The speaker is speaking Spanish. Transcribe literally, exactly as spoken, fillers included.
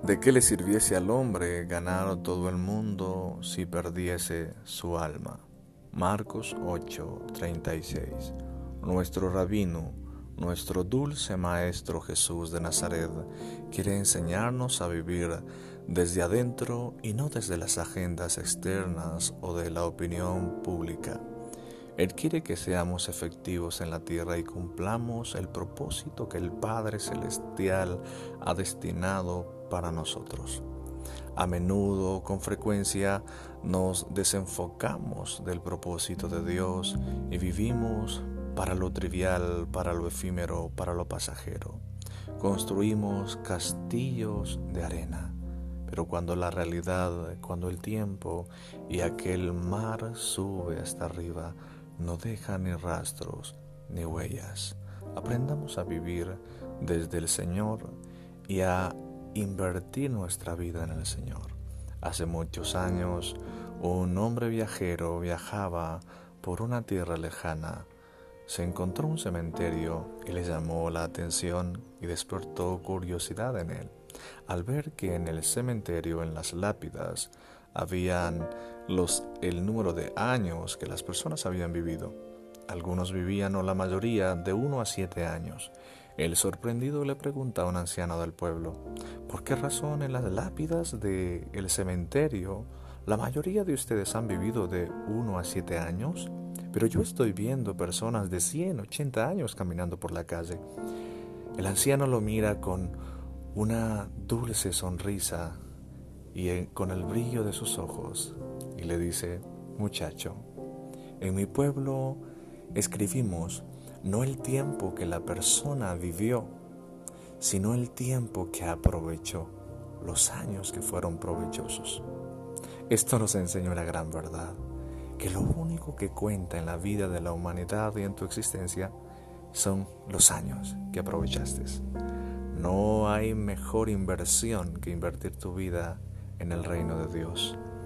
¿De qué le sirviese al hombre ganar todo el mundo si perdiese su alma? Marcos ocho, treinta y seis. Nuestro rabino, nuestro dulce maestro Jesús de Nazaret, quiere enseñarnos a vivir desde adentro y no desde las agendas externas o de la opinión pública. Él quiere que seamos efectivos en la tierra y cumplamos el propósito que el Padre Celestial ha destinado para nosotros. A menudo, con frecuencia, nos desenfocamos del propósito de Dios y vivimos para lo trivial, para lo efímero, para lo pasajero. Construimos castillos de arena, pero cuando la realidad, cuando el tiempo y aquel mar sube hasta arriba, no deja ni rastros ni huellas. Aprendamos a vivir desde el Señor y a invertir nuestra vida en el Señor. Hace muchos años, un hombre viajero viajaba por una tierra lejana. Se encontró un cementerio y le llamó la atención y despertó curiosidad en él. Al ver que en el cementerio, en las lápidas, habían los, el número de años que las personas habían vivido. Algunos vivían, o la mayoría, de uno a siete años. El sorprendido le pregunta a un anciano del pueblo: ¿por qué razón en las lápidas del cementerio la mayoría de ustedes han vivido de uno a siete años? Pero yo estoy viendo personas de cien, ochenta años caminando por la calle. El anciano lo mira con una dulce sonrisa y con el brillo de sus ojos y le dice: muchacho, en mi pueblo escribimos no el tiempo que la persona vivió, sino el tiempo que aprovechó, los años que fueron provechosos. Esto nos enseña una gran verdad, que lo único que cuenta en la vida de la humanidad y en tu existencia son los años que aprovechaste. No hay mejor inversión que invertir tu vida en el reino de Dios.